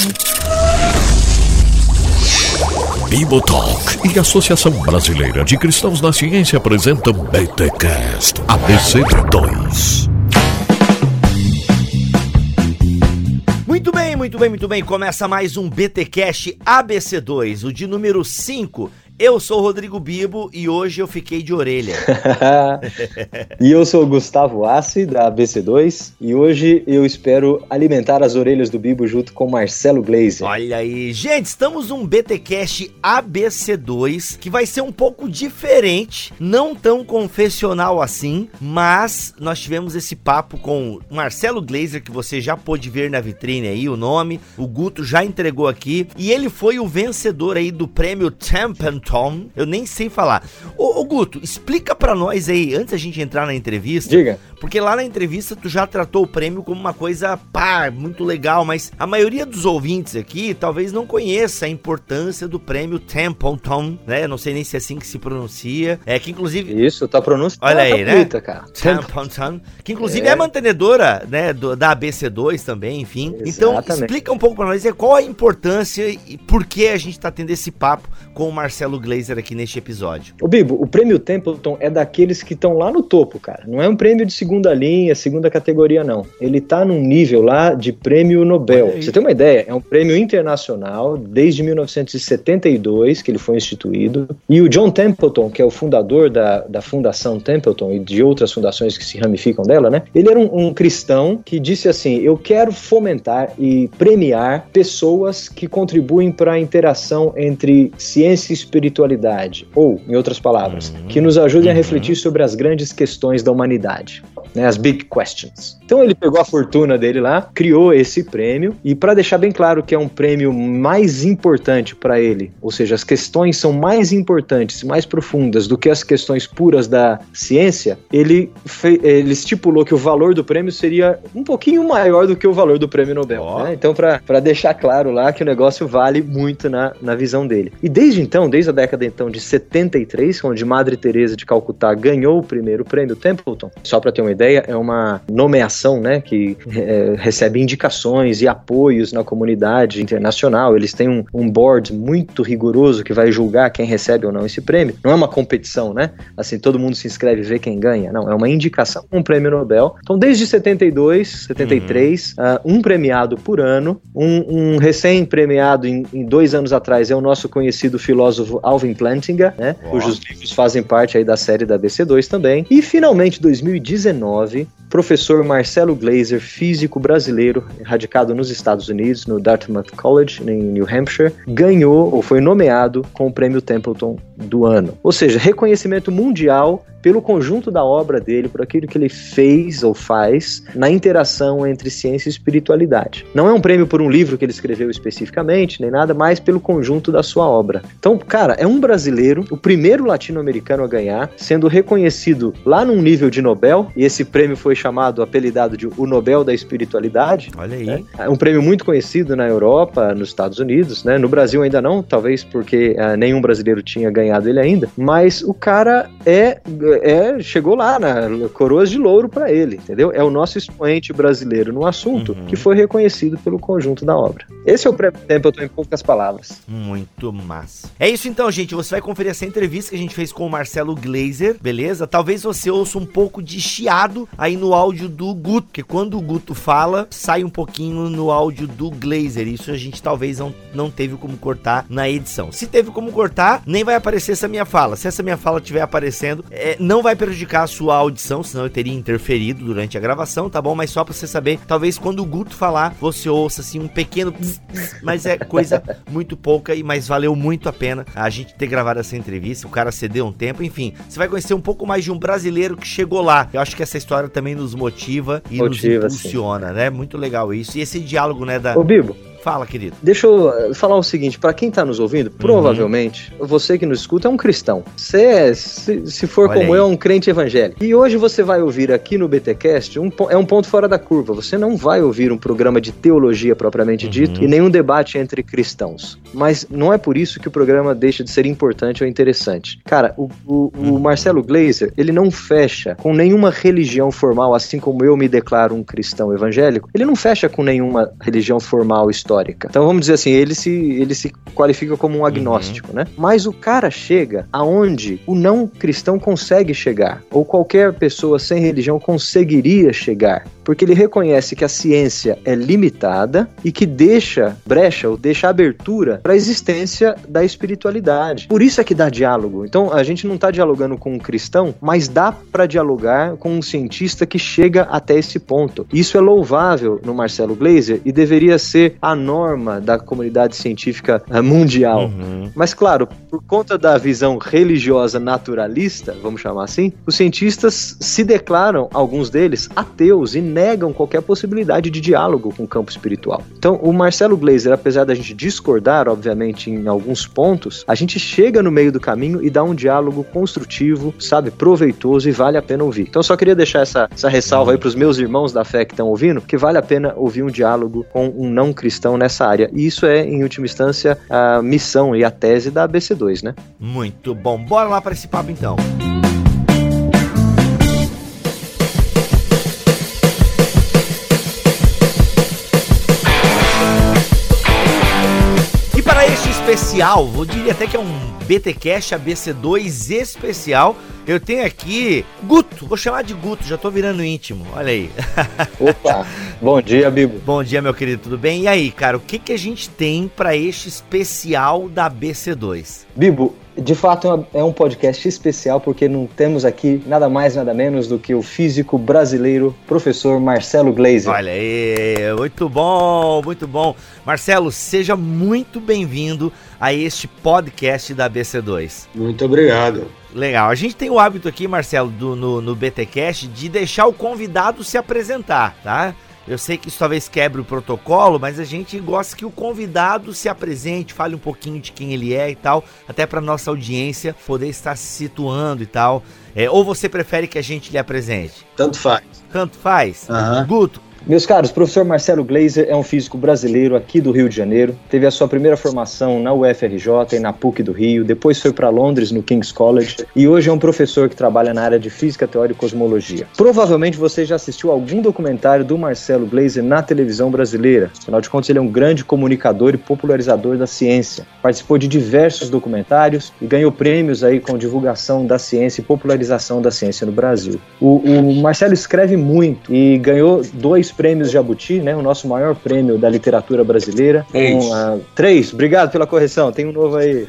Bibotalk e a Associação Brasileira de Cristãos na Ciência apresentam BTcast ABC2. Muito bem. Começa mais um BTcast ABC2, o de número 5. Eu sou o Rodrigo Bibo e hoje eu fiquei de orelha. E eu sou o Gustavo Assi, da ABC2, e hoje eu espero alimentar as orelhas do Bibo junto com Marcelo Glazer. Olha aí, gente, estamos num BTcast ABC2, que vai ser um pouco diferente, não tão confessional assim, mas nós tivemos esse papo com o Marcelo Glazer, que você já pôde ver na vitrine aí, o nome, o Guto já entregou aqui, e ele foi o vencedor aí do prêmio Templeton. Eu nem sei falar. Ô Guto, explica pra nós aí, antes da gente entrar na entrevista. Diga. Porque lá na entrevista tu já tratou o prêmio como uma coisa, muito legal, mas a maioria dos ouvintes aqui talvez não conheça a importância do prêmio Templeton, né? Eu não sei nem se é assim que se pronuncia. É que inclusive... Isso, tá pronunciando. Olha aí, né? Bonita, cara. Templeton, que inclusive é mantenedora, né, da ABC2 também, enfim. Exatamente. Então, explica um pouco pra nós qual a importância e por que a gente tá tendo esse papo com o Marcelo Glazer aqui neste episódio. Ô Bibo, o prêmio Templeton é daqueles que estão lá no topo, cara. Não é um prêmio de segunda linha, segunda categoria, não. Ele tá num nível lá de prêmio Nobel. Você tem uma ideia? É um prêmio internacional desde 1972 que ele foi instituído. E o John Templeton, que é o fundador da Fundação Templeton e de outras fundações que se ramificam dela, né? Ele era um cristão que disse assim: eu quero fomentar e premiar pessoas que contribuem para a interação entre ciência e espiritualidade, ou, em outras palavras, que nos ajudem a refletir sobre as grandes questões da humanidade, né, as big questions. Então ele pegou a fortuna dele lá, criou esse prêmio, e para deixar bem claro que é um prêmio mais importante para ele, ou seja, as questões são mais importantes, mais profundas do que as questões puras da ciência, ele estipulou que o valor do prêmio seria um pouquinho maior do que o valor do prêmio Nobel. Né? Então, para deixar claro lá que o negócio vale muito na visão dele. E desde a década então de 73, onde Madre Teresa de Calcutá ganhou o primeiro prêmio Templeton, só para ter uma ideia, é uma nomeação, né, que recebe indicações e apoios na comunidade internacional. Eles têm um board muito rigoroso que vai julgar quem recebe ou não esse prêmio. Não é uma competição, né? Assim, todo mundo se inscreve e vê quem ganha. Não, é uma indicação, um prêmio Nobel. Então, desde 72, 73, um premiado por ano, um recém-premiado em 2 anos atrás é o nosso conhecido filósofo Alvin Plantinga, né, cujos livros fazem parte aí da série da ABC2 também. E, finalmente, 2019, professor Marcelo Glazer, físico brasileiro, radicado nos Estados Unidos, no Dartmouth College, em New Hampshire, ganhou ou foi nomeado com o prêmio Templeton do ano. Ou seja, reconhecimento mundial pelo conjunto da obra dele, por aquilo que ele fez ou faz na interação entre ciência e espiritualidade. Não é um prêmio por um livro que ele escreveu especificamente, nem nada, mas pelo conjunto da sua obra. Então, cara, é um brasileiro, o primeiro latino-americano a ganhar, sendo reconhecido lá num nível de Nobel, e esse prêmio foi apelidado de o Nobel da Espiritualidade. Olha aí. Né? É um prêmio muito conhecido na Europa, nos Estados Unidos, né? No Brasil ainda não, talvez porque nenhum brasileiro tinha ganhado ele ainda, mas o cara chegou lá na coroas de louro pra ele, entendeu? É o nosso expoente brasileiro no assunto que foi reconhecido pelo conjunto da obra. Esse é o prêmio Templeton em poucas palavras. Muito massa. É isso então, gente. Você vai conferir essa entrevista que a gente fez com o Marcelo Glazer, beleza? Talvez você ouça um pouco de chiado aí no áudio do Guto, porque quando o Guto fala, sai um pouquinho no áudio do Glazer. Isso a gente talvez não teve como cortar na edição. Se teve como cortar, nem vai aparecer essa minha fala. Se essa minha fala estiver aparecendo, não vai prejudicar a sua audição, senão eu teria interferido durante a gravação, tá bom? Mas só pra você saber, talvez quando o Guto falar, você ouça assim um pequeno mas é coisa muito pouca, mas valeu muito a pena a gente ter gravado essa entrevista. O cara cedeu um tempo, enfim, você vai conhecer um pouco mais de um brasileiro que chegou lá. Eu acho que essa história também nos motiva e nos impulsiona, sim, né? Muito legal isso. E esse diálogo, né, Ô, Bibo, Fala, querido. Deixa eu falar o seguinte, para quem tá nos ouvindo, provavelmente você que nos escuta é um cristão. Você se for Olha como aí. Eu, é um crente evangélico. E hoje você vai ouvir aqui no BTcast um ponto fora da curva. Você não vai ouvir um programa de teologia propriamente dito e nenhum debate entre cristãos. Mas não é por isso que o programa deixa de ser importante ou interessante. Cara, o Marcelo Glazer, ele não fecha com nenhuma religião formal, assim como eu me declaro um cristão evangélico. Ele não fecha com nenhuma religião formal histórica histórica. Então vamos dizer assim, ele se qualifica como um agnóstico, né? Mas o cara chega aonde o não cristão consegue chegar, ou qualquer pessoa sem religião conseguiria chegar, porque ele reconhece que a ciência é limitada e que deixa brecha ou deixa abertura para a existência da espiritualidade. Por isso é que dá diálogo. Então a gente não está dialogando com um cristão, mas dá para dialogar com um cientista que chega até esse ponto. Isso é louvável no Marcelo Gleiser e deveria ser a norma da comunidade científica mundial. Mas claro, por conta da visão religiosa naturalista, vamos chamar assim, os cientistas se declaram, alguns deles, ateus e negam qualquer possibilidade de diálogo com o campo espiritual. Então, o Marcelo Gleiser, apesar da gente discordar, obviamente, em alguns pontos, a gente chega no meio do caminho e dá um diálogo construtivo, sabe, proveitoso e vale a pena ouvir. Então, só queria deixar essa ressalva aí para os meus irmãos da fé que estão ouvindo, que vale a pena ouvir um diálogo com um não cristão nessa área. E isso é, em última instância, a missão e a tese da ABC2, né? Muito bom. Bora lá para esse papo, então. Especial, eu diria até que é um BTcast ABC2 especial. Eu tenho aqui Guto, vou chamar de Guto, já tô virando íntimo, olha aí. Opa, bom dia, Bibo. Bom dia, meu querido, tudo bem? E aí, cara, o que a gente tem para este especial da ABC2? Bibo, de fato é um podcast especial porque não temos aqui nada mais, nada menos do que o físico brasileiro, professor Marcelo Gleiser. Olha aí, muito bom, muito bom. Marcelo, seja muito bem-vindo a este podcast da ABC2. Muito obrigado. Legal, a gente tem o hábito aqui, Marcelo, no BTcast, de deixar o convidado se apresentar, tá? Eu sei que isso talvez quebre o protocolo, mas a gente gosta que o convidado se apresente, fale um pouquinho de quem ele é e tal, até para nossa audiência poder estar se situando e tal. Ou você prefere que a gente lhe apresente? Tanto faz. Tanto faz? Uhum. Guto. Meus caros, o professor Marcelo Gleiser é um físico brasileiro aqui do Rio de Janeiro. Teve a sua primeira formação na UFRJ e na PUC do Rio, depois foi para Londres no King's College e hoje é um professor que trabalha na área de física, teoria e cosmologia. Provavelmente você já assistiu algum documentário do Marcelo Gleiser na televisão brasileira. Afinal de contas, ele é um grande comunicador e popularizador da ciência. Participou de diversos documentários e ganhou prêmios aí com divulgação da ciência e popularização da ciência no Brasil. O Marcelo escreve muito e ganhou 2 prêmios Jabuti, né? O nosso maior prêmio da literatura brasileira. 3, obrigado pela correção, tem um novo aí.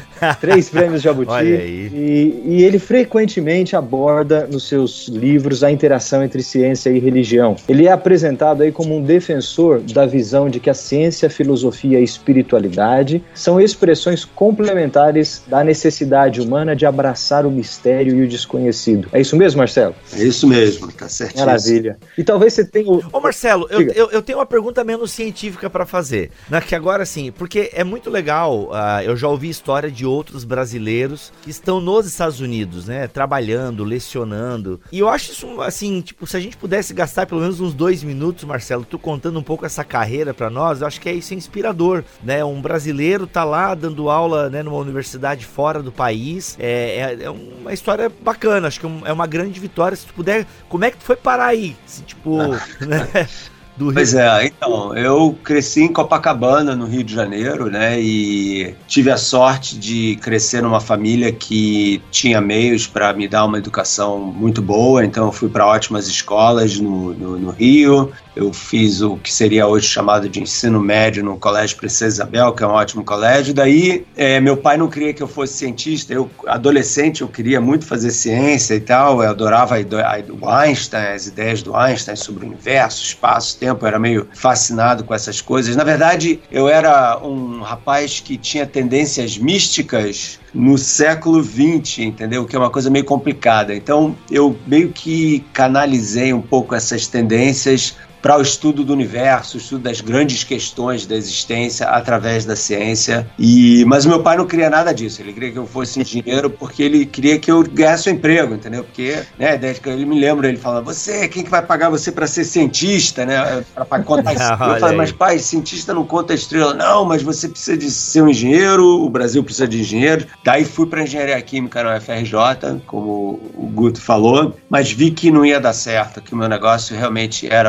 3 prêmios Jabuti. Olha aí. E ele frequentemente aborda nos seus livros a interação entre ciência e religião. Ele é apresentado aí como um defensor da visão de que a ciência, a filosofia e a espiritualidade são expressões complementares da necessidade humana de abraçar o mistério e o desconhecido. É isso mesmo, Marcelo? É isso mesmo, tá certinho. Maravilha. E talvez você tenha... Ô Marcelo, eu tenho uma pergunta menos científica para fazer, né? Que agora sim, porque é muito legal, eu já ouvi história de outros brasileiros que estão nos Estados Unidos, né, trabalhando, lecionando, e eu acho isso, assim, tipo, se a gente pudesse gastar pelo menos uns 2 minutos, Marcelo, tu contando um pouco essa carreira pra nós, eu acho que isso é inspirador, né, um brasileiro tá lá dando aula, né, numa universidade fora do país, é uma história bacana, acho que é uma grande vitória, se tu puder, como é que tu foi parar aí, se, tipo, né... Pois é, então, eu cresci em Copacabana, no Rio de Janeiro, né, e tive a sorte de crescer numa família que tinha meios para me dar uma educação muito boa, então eu fui para ótimas escolas no Rio, eu fiz o que seria hoje chamado de ensino médio no Colégio Princesa Isabel, que é um ótimo colégio, daí meu pai não queria que eu fosse cientista, adolescente, eu queria muito fazer ciência e tal, eu adorava o Einstein, as ideias do Einstein sobre o universo, espaço, tempo, eu era meio fascinado com essas coisas. Na verdade, eu era um rapaz que tinha tendências místicas no século XX, entendeu? Que é uma coisa meio complicada. Então, eu meio que canalizei um pouco essas tendências para o estudo do universo, o estudo das grandes questões da existência através da ciência. Mas o meu pai não queria nada disso, ele queria que eu fosse engenheiro porque ele queria que eu ganhasse um emprego, entendeu? Porque, né, desde que ele me lembra, ele fala, quem que vai pagar você para ser cientista, né? Para contar estrela. Eu falo, mas pai, cientista não conta estrela. Não, mas você precisa de ser um engenheiro, o Brasil precisa de engenheiros. Daí fui para engenharia química na UFRJ, como o Guto falou, mas vi que não ia dar certo, que o meu negócio realmente era fazer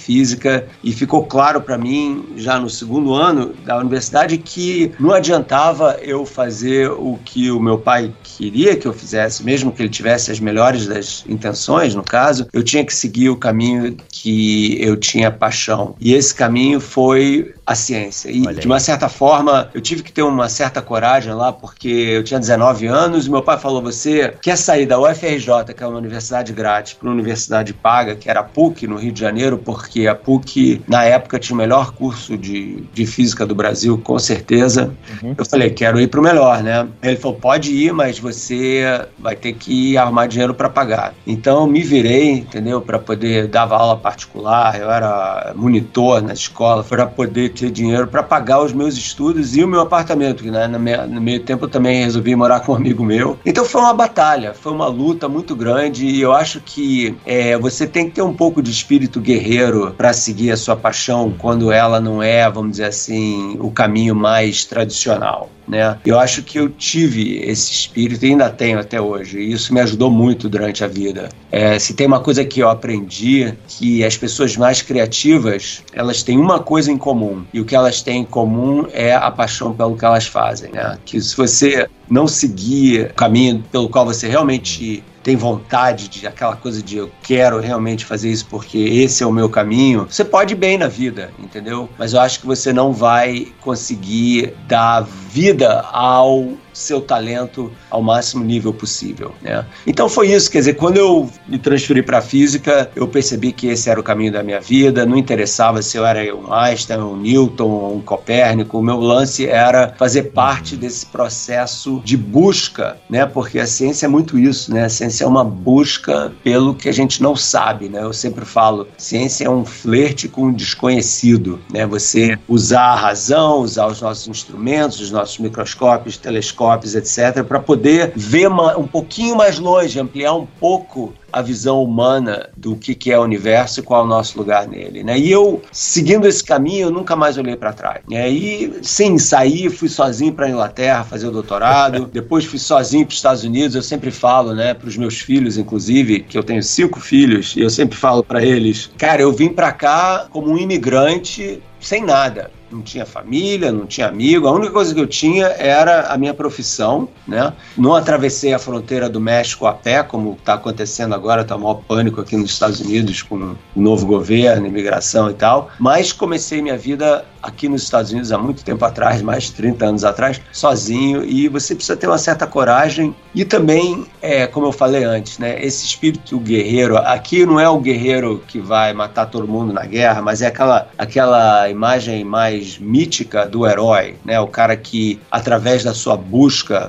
física, e ficou claro para mim, já no segundo ano da universidade, que não adiantava eu fazer o que o meu pai queria que eu fizesse, mesmo que ele tivesse as melhores das intenções, no caso, eu tinha que seguir o caminho que eu tinha paixão. E esse caminho foi a ciência. E, de uma certa forma, eu tive que ter uma certa coragem lá, porque eu tinha 19 anos e meu pai falou, você quer sair da UFRJ, que é uma universidade grátis, para uma universidade paga, que era a PUC, no Rio de Janeiro, porque a PUC, na época, tinha o melhor curso de física do Brasil, com certeza. Eu falei, quero ir para o melhor, né? Ele falou, pode ir, mas você vai ter que arrumar dinheiro para pagar. Então, eu me virei, entendeu? Para poder dar aula particular, eu era monitor na escola, para poder ter dinheiro para pagar os meus estudos e o meu apartamento, que né, no meio tempo eu também resolvi morar com um amigo meu. Então foi uma batalha, foi uma luta muito grande, e eu acho que você tem que ter um pouco de espírito guerreiro para seguir a sua paixão quando ela não é, vamos dizer assim, o caminho mais tradicional, né? Eu acho que eu tive esse espírito e ainda tenho até hoje, e isso me ajudou muito durante a vida. Se tem uma coisa que eu aprendi, que as pessoas mais criativas, elas têm uma coisa em comum, e o que elas têm em comum é a paixão pelo que elas fazem, né? Que se você não seguir o caminho pelo qual você realmente tem vontade, de aquela coisa de eu quero realmente fazer isso porque esse é o meu caminho, você pode ir bem na vida, entendeu? Mas eu acho que você não vai conseguir dar vida ao seu talento ao máximo nível possível, né? Então foi isso, quer dizer, quando eu me transferi para a física, eu percebi que esse era o caminho da minha vida, não interessava se eu era um Einstein, um Newton, um Copérnico, o meu lance era fazer parte desse processo de busca, né? Porque a ciência é muito isso, né? A ciência é uma busca pelo que a gente não sabe, né? Eu sempre falo, ciência é um flerte com o desconhecido, né? Você usar a razão, usar os nossos instrumentos, os nossos microscópios, telescópios, etc., para poder ver um pouquinho mais longe, ampliar um pouco a visão humana do que é o universo e qual é o nosso lugar nele, né? E eu, seguindo esse caminho, eu nunca mais olhei para trás. E, sim, saí, fui sozinho para a Inglaterra fazer o doutorado, depois fui sozinho para os Estados Unidos. Eu sempre falo, né, para os meus filhos, inclusive, que eu tenho 5 filhos, e eu sempre falo para eles, cara, eu vim para cá como um imigrante sem nada. Não tinha família, não tinha amigo, a única coisa que eu tinha era a minha profissão, né? Não atravessei a fronteira do México a pé, como está acontecendo agora, está o maior pânico aqui nos Estados Unidos com o novo governo, imigração e tal, mas comecei minha vida aqui nos Estados Unidos há muito tempo atrás, mais de 30 anos atrás, sozinho, e você precisa ter uma certa coragem e também, como eu falei antes, né, esse espírito guerreiro, aqui não é o guerreiro que vai matar todo mundo na guerra, mas é aquela imagem mais mítica do herói, né, o cara que, através da sua busca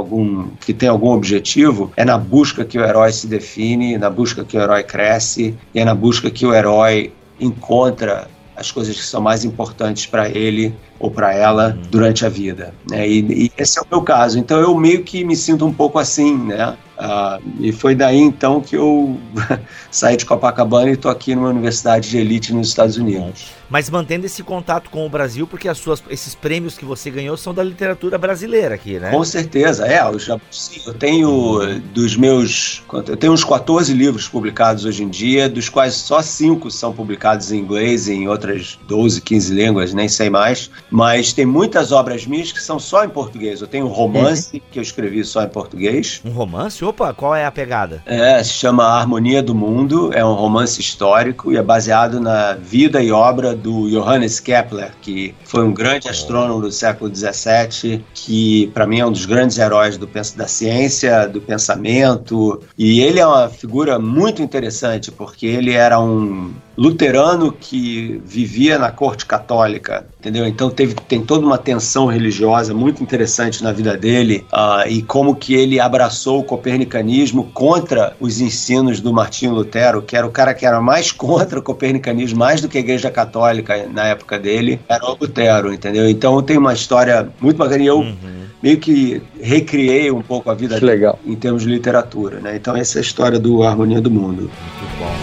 que tem algum objetivo, é na busca que o herói se define, na busca que o herói cresce, e é na busca que o herói encontra as coisas que são mais importantes para ele ou para ela durante a vida, né? E esse é o meu caso. Então eu meio que me sinto um pouco assim, né? E foi daí então que eu saí de Copacabana e estou aqui numa universidade de elite nos Estados Unidos. Mas mantendo esse contato com o Brasil, porque esses prêmios que você ganhou são da literatura brasileira aqui, né? Com certeza, eu tenho eu tenho uns 14 livros publicados hoje em dia, dos quais só 5 são publicados em inglês e em outras 12, 15 línguas, nem sei mais, mas tem muitas obras minhas que são só em português. Eu tenho um romance que eu escrevi só em português. Um romance? Opa, qual é a pegada? Se chama A Harmonia do Mundo, é um romance histórico e é baseado na vida e obra do Johannes Kepler, que foi um grande astrônomo do século XVII, que para mim é um dos grandes heróis da ciência, do pensamento, e ele é uma figura muito interessante, porque ele era um luterano que vivia na corte católica, entendeu? Então tem toda uma tensão religiosa muito interessante na vida dele, e como que ele abraçou o copernicanismo contra os ensinos do Martinho Lutero, que era o cara que era mais contra o copernicanismo, mais do que a Igreja Católica na época dele, era o Lutero, entendeu? Então tem uma história muito bacana, e eu meio que recriei um pouco a vida dele legal. Em termos de literatura, né? Então essa é a história do Harmonia do Mundo. Muito bom.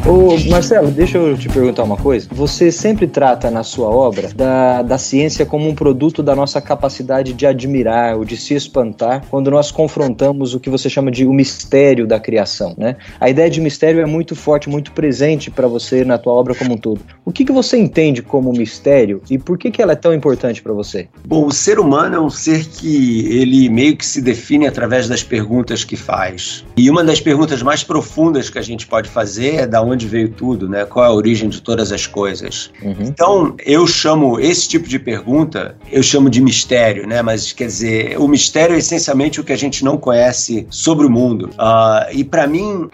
Ô, Marcelo, deixa eu te perguntar uma coisa. Você sempre trata na sua obra da ciência como um produto da nossa capacidade de admirar ou de se espantar quando nós confrontamos o que você chama de o mistério da criação, né? A ideia de mistério é muito forte, muito presente para você na tua obra como um todo. O que você entende como mistério e por que ela é tão importante para você? Bom, o ser humano é um ser que ele meio que se define através das perguntas que faz. E uma das perguntas mais profundas que a gente pode fazer é da onde veio tudo, né? Qual é a origem de todas as coisas? Então, eu chamo esse tipo de pergunta, eu chamo de mistério, né? Mas, quer dizer, o mistério é essencialmente o que a gente não conhece sobre o mundo. E para mim,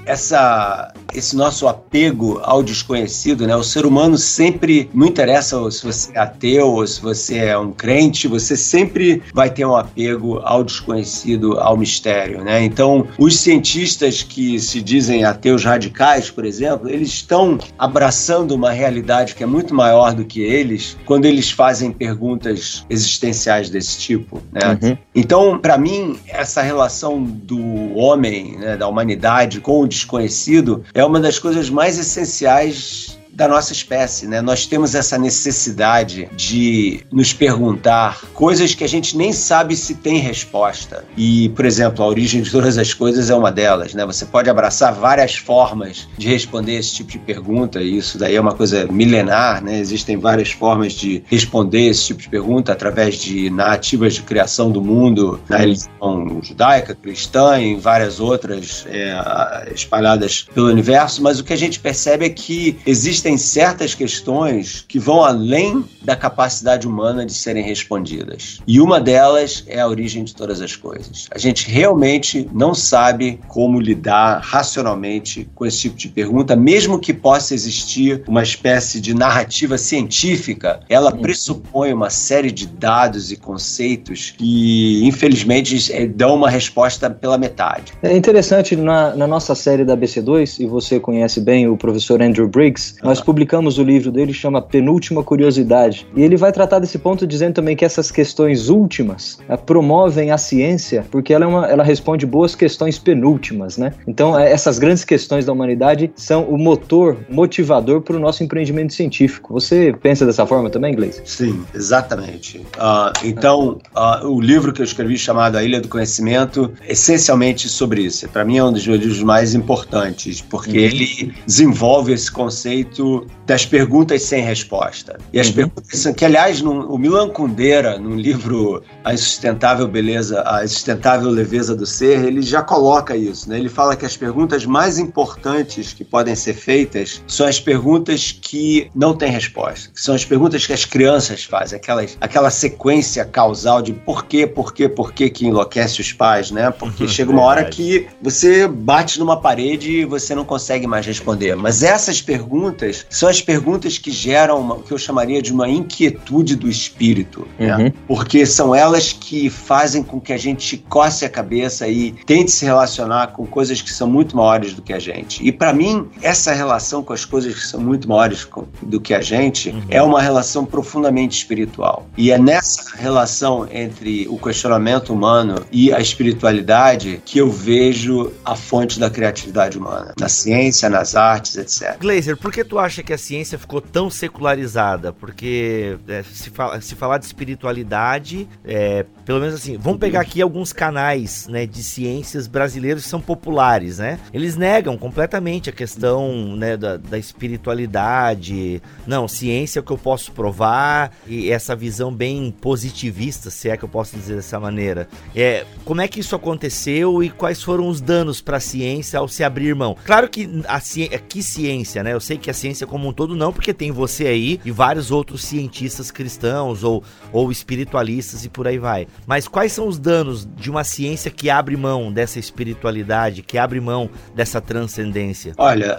esse nosso apego ao desconhecido, né? O ser humano sempre, não interessa se você é ateu ou se você é um crente, você sempre vai ter um apego ao desconhecido, ao mistério, né? Então, os cientistas que se dizem ateus radicais, por exemplo, eles estão abraçando uma realidade que é muito maior do que eles quando eles fazem perguntas existenciais desse tipo, né? Então, para mim, essa relação do homem, né, da humanidade com o desconhecido é uma das coisas mais essenciais da nossa espécie, né? Nós temos essa necessidade de nos perguntar coisas que a gente nem sabe se tem resposta. E, por exemplo, a origem de todas as coisas é uma delas, né? Você pode abraçar várias formas de responder esse tipo de pergunta, e isso daí é uma coisa milenar, né? Existem várias formas de responder esse tipo de pergunta através de narrativas de criação do mundo, na religião judaica, cristã e em várias outras espalhadas pelo universo, mas o que a gente percebe é que existem certas questões que vão além da capacidade humana de serem respondidas. E uma delas é a origem de todas as coisas. A gente realmente não sabe como lidar racionalmente com esse tipo de pergunta, mesmo que possa existir uma espécie de narrativa científica, ela pressupõe uma série de dados e conceitos que, infelizmente, dão uma resposta pela metade. É interessante, na nossa série da ABC2, e você conhece bem o professor Andrew Briggs, nós publicamos o livro dele, chama Penúltima Curiosidade, e ele vai tratar desse ponto dizendo também que essas questões últimas promovem a ciência, porque ela responde boas questões penúltimas, né? Então, essas grandes questões da humanidade são o motivador para o nosso empreendimento científico. Você pensa dessa forma também, Gleiser? Sim, exatamente. Então, o livro que eu escrevi, chamado A Ilha do Conhecimento, essencialmente sobre isso. Para mim é um dos livros mais importantes, porque ele desenvolve esse conceito das perguntas sem resposta. E as perguntas são que, aliás, o Milan Kundera, no livro A Insustentável Leveza do Ser, ele já coloca isso, né? Ele fala que as perguntas mais importantes que podem ser feitas são as perguntas que não têm resposta, que são as perguntas que as crianças fazem, aquela sequência causal de por quê que enlouquece os pais, né? Porque chega uma hora que você bate numa parede e você não consegue mais responder. Mas essas perguntas são as perguntas que geram o que eu chamaria de uma inquietude do espírito, né? Porque são elas que fazem com que a gente coce a cabeça e tente se relacionar com coisas que são muito maiores do que a gente. E para mim, essa relação com as coisas que são muito maiores do que a gente é uma relação profundamente espiritual. E é nessa relação entre o questionamento humano e a espiritualidade que eu vejo a fonte da criatividade humana, na ciência, nas artes, etc. Gleiser, por que tu acha que a ciência ficou tão secularizada? Porque se falar de espiritualidade, pelo menos assim, vamos pegar aqui alguns canais, né, de ciências brasileiros que são populares, né? Eles negam completamente a questão, né, da espiritualidade. Não, ciência é o que eu posso provar, e essa visão bem positivista, se é que eu posso dizer dessa maneira. Como é que isso aconteceu e quais foram os danos para a ciência ao se abrir mão? Claro que que ciência, né? Eu sei que a ciência como um todo não, porque tem você aí e vários outros cientistas cristãos ou espiritualistas e por aí vai. Mas quais são os danos de uma ciência que abre mão dessa espiritualidade, que abre mão dessa transcendência? Olha,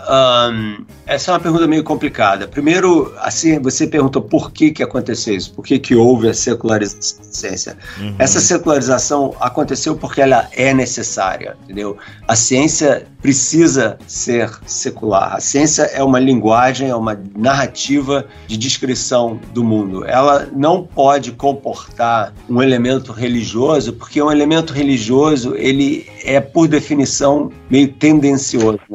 essa é uma pergunta meio complicada. Primeiro, assim, você perguntou por que aconteceu isso, por que houve a secularização da ciência. Essa secularização aconteceu porque ela é necessária, entendeu? A ciência precisa ser secular. A ciência é uma linguagem, é uma narrativa de descrição do mundo. Ela não pode comportar um elemento religioso, porque um elemento religioso, ele é, por definição, meio tendencioso, né?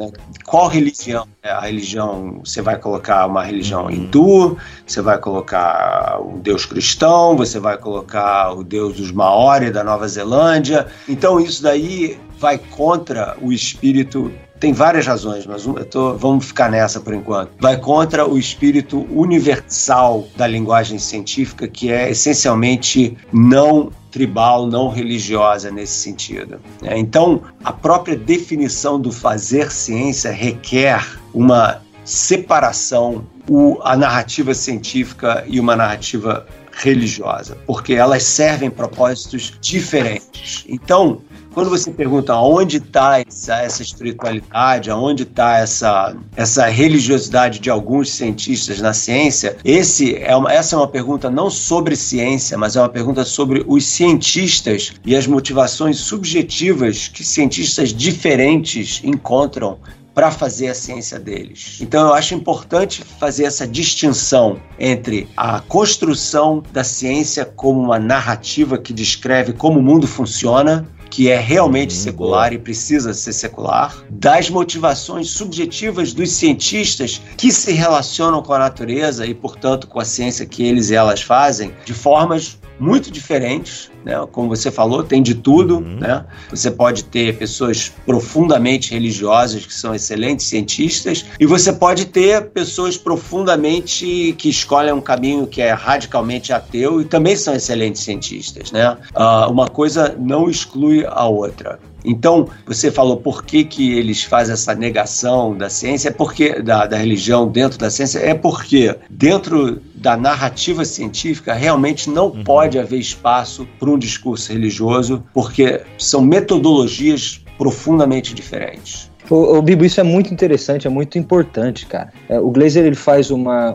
qual religião? A religião, você vai colocar uma religião hindu, você vai colocar o deus cristão, você vai colocar o deus dos Maori da Nova Zelândia. Então isso daí vai contra o espírito. Tem várias razões, mas vamos ficar nessa por enquanto. Vai contra o espírito universal da linguagem científica, que é essencialmente não tribal, não religiosa nesse sentido. Então, a própria definição do fazer ciência requer uma separação, a narrativa científica e uma narrativa religiosa, porque elas servem propósitos diferentes. Então, quando você pergunta aonde está essa espiritualidade, aonde está essa religiosidade de alguns cientistas na ciência, essa é uma pergunta não sobre ciência, mas é uma pergunta sobre os cientistas e as motivações subjetivas que cientistas diferentes encontram para fazer a ciência deles. Então eu acho importante fazer essa distinção entre a construção da ciência como uma narrativa que descreve como o mundo funciona, que é realmente secular e precisa ser secular, das motivações subjetivas dos cientistas que se relacionam com a natureza e, portanto, com a ciência que eles e elas fazem, de formas muito diferentes, né? Como você falou, tem de tudo, né? Você pode ter pessoas profundamente religiosas que são excelentes cientistas e você pode ter pessoas profundamente que escolhem um caminho que é radicalmente ateu e também são excelentes cientistas, né? Uma coisa não exclui a outra. Então, você falou por que eles fazem essa negação da ciência, da religião dentro da ciência, é porque dentro da narrativa científica realmente não pode haver espaço para um discurso religioso, porque são metodologias profundamente diferentes. Ô Bibo, isso é muito interessante, é muito importante, cara. O Glaser ele faz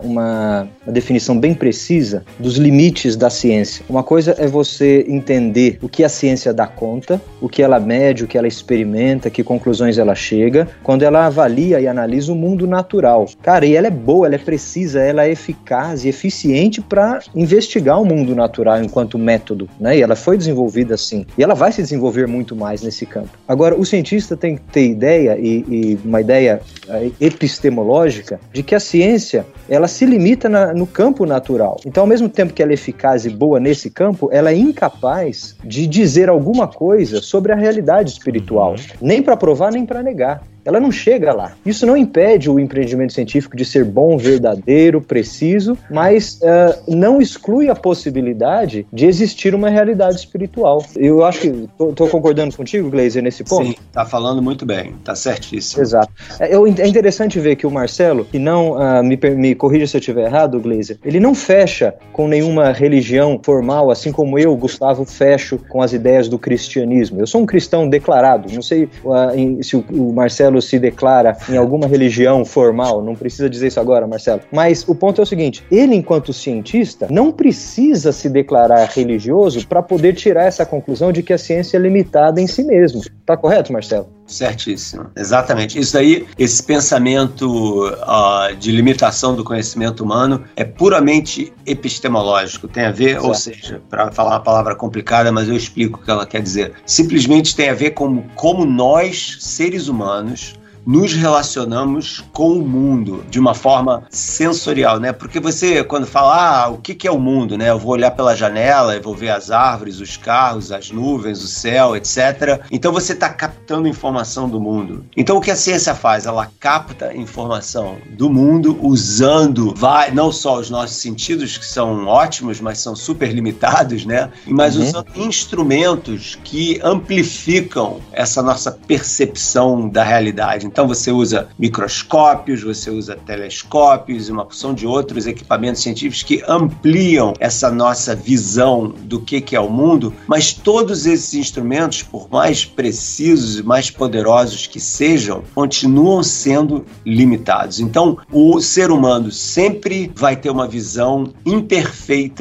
uma definição bem precisa dos limites da ciência. Uma coisa é você entender o que a ciência dá conta, o que ela mede, o que ela experimenta, que conclusões ela chega, quando ela avalia e analisa o mundo natural. Cara, e ela é boa, ela é precisa, ela é eficaz e eficiente para investigar o mundo natural enquanto método, né? E ela foi desenvolvida assim. E ela vai se desenvolver muito mais nesse campo. Agora, o cientista tem que ter ideia e uma ideia epistemológica de que a ciência ela se limita no campo natural. Então, ao mesmo tempo que ela é eficaz e boa nesse campo, ela é incapaz de dizer alguma coisa sobre a realidade espiritual, nem para provar, nem para negar. Ela não chega lá. Isso não impede o empreendimento científico de ser bom, verdadeiro, preciso, mas não exclui a possibilidade de existir uma realidade espiritual. Eu acho que estou concordando contigo, Glaser, nesse ponto. Sim, está falando muito bem, está certíssimo. Exato. É interessante ver que o Marcelo, que não me corrija se eu estiver errado, Glaser, ele não fecha com nenhuma religião formal, assim como eu, Gustavo, fecho com as ideias do cristianismo. Eu sou um cristão declarado, não sei se o Marcelo se declara em alguma religião formal, não precisa dizer isso agora, Marcelo, mas o ponto é o seguinte, ele enquanto cientista não precisa se declarar religioso para poder tirar essa conclusão de que a ciência é limitada em si mesmo. Tá correto, Marcelo? Certíssimo, exatamente. Isso aí, esse pensamento de limitação do conhecimento humano é puramente epistemológico, tem a ver, ou seja, para falar uma palavra complicada, mas eu explico o que ela quer dizer. Simplesmente tem a ver com como nós, seres humanos, nos relacionamos com o mundo de uma forma sensorial, né? Porque você, quando fala, o que é o mundo, né? Eu vou olhar pela janela, eu vou ver as árvores, os carros, as nuvens, o céu, etc. Então você está captando informação do mundo. Então o que a ciência faz? Ela capta informação do mundo usando, não só os nossos sentidos, que são ótimos, mas são super limitados, né? Mas usando instrumentos que amplificam essa nossa percepção da realidade. Então você usa microscópios, você usa telescópios e uma porção de outros equipamentos científicos que ampliam essa nossa visão do que é o mundo, mas todos esses instrumentos, por mais precisos e mais poderosos que sejam, continuam sendo limitados. Então o ser humano sempre vai ter uma visão imperfeita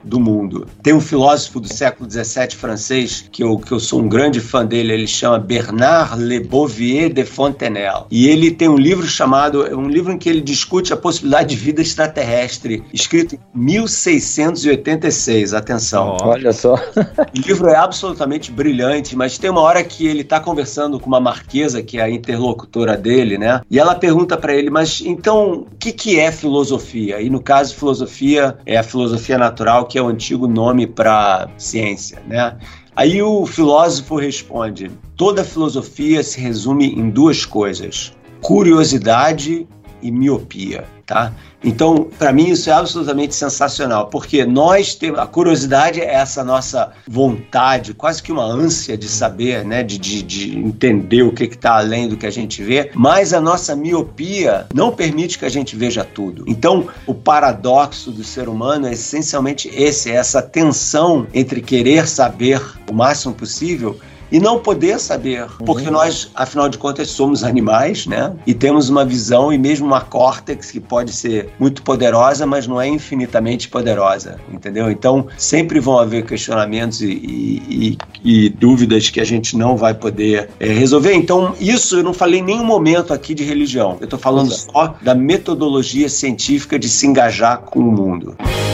do mundo. Tem um filósofo do século XVII francês, que eu sou um grande fã dele, ele chama Bernard Le Bovier de Fontenelle. E ele tem um livro em que ele discute a possibilidade de vida extraterrestre, escrito em 1686, atenção. Olha só. O livro é absolutamente brilhante, mas tem uma hora que ele está conversando com uma marquesa, que é a interlocutora dele, né? E ela pergunta para ele, mas então, o que é filosofia? E no caso, filosofia é a filosofia natural, que é o antigo nome para ciência, né? Aí o filósofo responde, toda filosofia se resume em duas coisas, curiosidade e miopia, tá? Então, para mim, isso é absolutamente sensacional, porque nós temos, a curiosidade é essa nossa vontade, quase que uma ânsia de saber, né, de entender o que está além do que a gente vê, mas a nossa miopia não permite que a gente veja tudo. Então, o paradoxo do ser humano é essencialmente essa tensão entre querer saber o máximo possível e não poder saber, porque nós, afinal de contas, somos animais, né? E temos uma visão e mesmo uma córtex que pode ser muito poderosa, mas não é infinitamente poderosa, entendeu? Então, sempre vão haver questionamentos e dúvidas que a gente não vai poder resolver. Então, isso eu não falei em nenhum momento aqui de religião. Eu estou falando só da metodologia científica de se engajar com o mundo.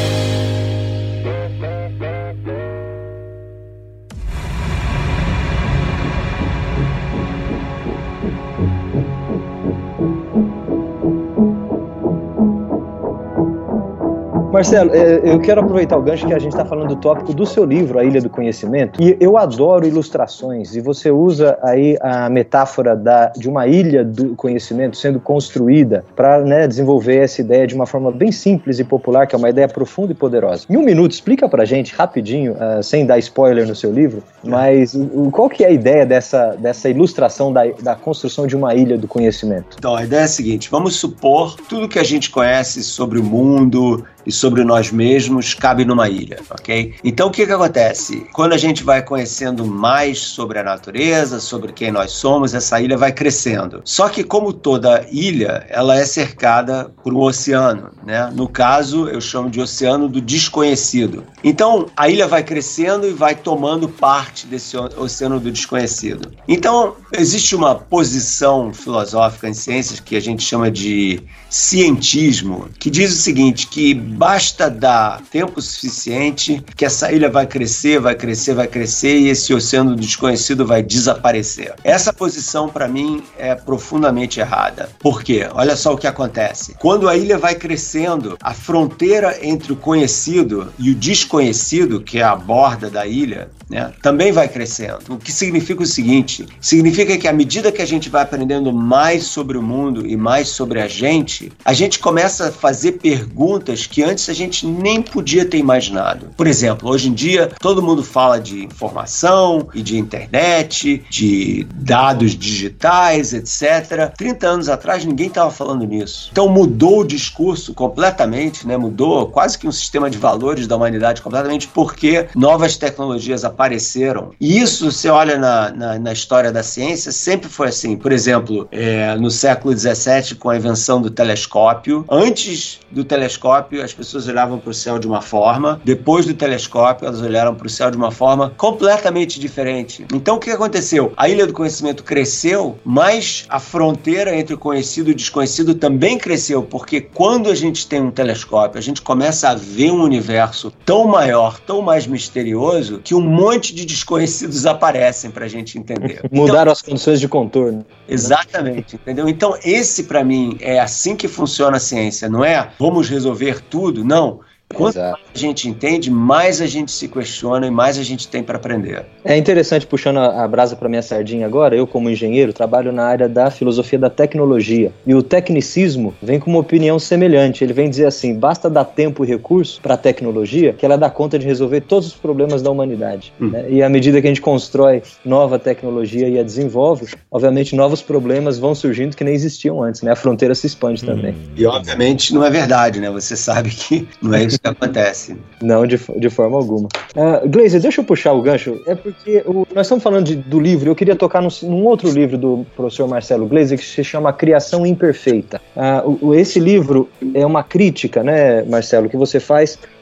Marcelo, eu quero aproveitar o gancho que a gente está falando do tópico do seu livro, A Ilha do Conhecimento, e eu adoro ilustrações, e você usa aí a metáfora de uma ilha do conhecimento sendo construída para, né, desenvolver essa ideia de uma forma bem simples e popular, que é uma ideia profunda e poderosa. Em um minuto, explica pra gente, rapidinho, sem dar spoiler no seu livro, mas qual que é a ideia dessa ilustração da construção de uma ilha do conhecimento? Então, a ideia é a seguinte, vamos supor tudo que a gente conhece sobre o mundo e sobre nós mesmos cabe numa ilha, ok? Então, o que acontece? Quando a gente vai conhecendo mais sobre a natureza, sobre quem nós somos, essa ilha vai crescendo. Só que, como toda ilha, ela é cercada por um oceano, né? No caso, eu chamo de oceano do desconhecido. Então, a ilha vai crescendo e vai tomando parte desse oceano do desconhecido. Então, existe uma posição filosófica em ciências que a gente chama de cientismo, que diz o seguinte, que basta dar tempo suficiente que essa ilha vai crescer, vai crescer, vai crescer e esse oceano desconhecido vai desaparecer. Essa posição, para mim, é profundamente errada. Por quê? Olha só o que acontece. Quando a ilha vai crescendo, a fronteira entre o conhecido e o desconhecido, que é a borda da ilha, né, também vai crescendo. O que significa o seguinte, significa que à medida que a gente vai aprendendo mais sobre o mundo e mais sobre a gente começa a fazer perguntas que antes a gente nem podia ter imaginado. Por exemplo, hoje em dia todo mundo fala de informação e de internet, de dados digitais, etc. 30 anos atrás ninguém estava falando nisso. Então mudou o discurso completamente, né? Mudou quase que um sistema de valores da humanidade completamente porque novas tecnologias apareceram. E isso, você olha na história da ciência, sempre foi assim. Por exemplo, no século XVII, com a invenção do telescópio, antes do telescópio as pessoas olhavam para o céu de uma forma, depois do telescópio elas olharam para o céu de uma forma completamente diferente. Então o que aconteceu? A Ilha do Conhecimento cresceu, mas a fronteira entre o conhecido e o desconhecido também cresceu, porque quando a gente tem um telescópio, a gente começa a ver um universo tão maior, tão mais misterioso, que um monte de desconhecidos aparecem para a gente entender. Mudaram as condições de contorno. Exatamente, entendeu? Então esse, para mim, é assim que funciona a ciência, não é vamos resolver tudo, não. Quanto mais a gente entende, mais a gente se questiona e mais a gente tem para aprender. É interessante, puxando a brasa para minha sardinha agora, eu como engenheiro trabalho na área da filosofia da tecnologia e o tecnicismo vem com uma opinião semelhante. Ele vem dizer assim, basta dar tempo e recurso para a tecnologia que ela dá conta de resolver todos os problemas da humanidade. Né? E à medida que a gente constrói nova tecnologia e a desenvolve, obviamente novos problemas vão surgindo que nem existiam antes, né? A fronteira se expande também. E obviamente não é verdade, né? Você sabe que não é isso que acontece. Não, de forma alguma. Glazer, deixa eu puxar o gancho. É porque nós estamos falando do livro, eu queria tocar num outro livro do professor Marcelo Glazer que se chama Criação Imperfeita. Esse livro é uma crítica, né, Marcelo, que você faz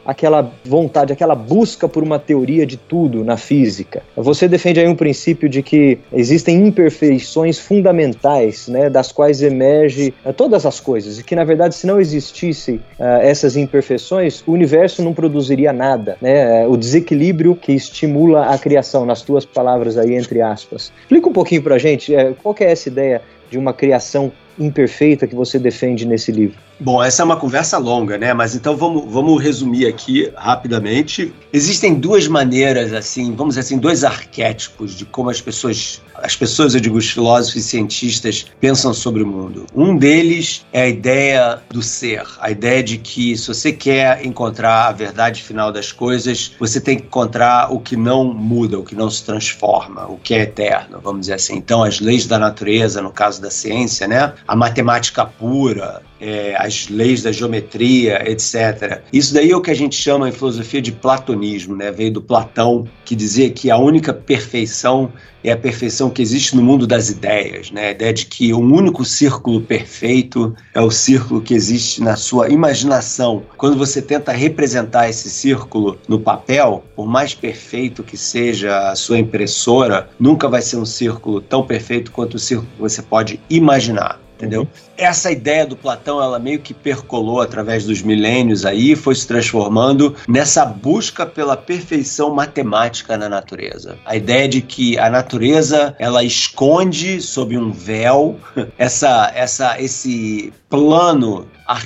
aquela vontade, aquela busca por uma teoria de tudo na física. Você defende aí um princípio de que existem imperfeições fundamentais, né, das quais emerge todas as coisas, e que, na verdade, se não existissem essas imperfeições, o universo não produziria nada, né? O desequilíbrio que estimula a criação, nas tuas palavras aí, entre aspas. Explica um pouquinho pra gente, qual que é essa ideia de uma criação imperfeita que você defende nesse livro? Bom, essa é uma conversa longa, né? Mas então vamos resumir aqui rapidamente. Existem duas maneiras, assim, vamos dizer assim, dois arquétipos de como as pessoas, eu digo, os filósofos e cientistas pensam sobre o mundo. Um deles é a ideia do ser, a ideia de que se você quer encontrar a verdade final das coisas, você tem que encontrar o que não muda, o que não se transforma, o que é eterno, vamos dizer assim. Então, as leis da natureza, no caso da ciência, né? A matemática pura, as leis da geometria, etc. Isso daí é o que a gente chama em filosofia de platonismo, né? Veio do Platão, que dizia que a única perfeição é a perfeição que existe no mundo das ideias, né? A ideia de que um único círculo perfeito é o círculo que existe na sua imaginação. Quando você tenta representar esse círculo no papel, por mais perfeito que seja a sua impressora, nunca vai ser um círculo tão perfeito quanto o círculo que você pode imaginar. Entendeu? Essa ideia do Platão, ela meio que percolou através dos milênios aí, foi se transformando nessa busca pela perfeição matemática na natureza. A ideia de que a natureza, ela esconde sob um véu esse plano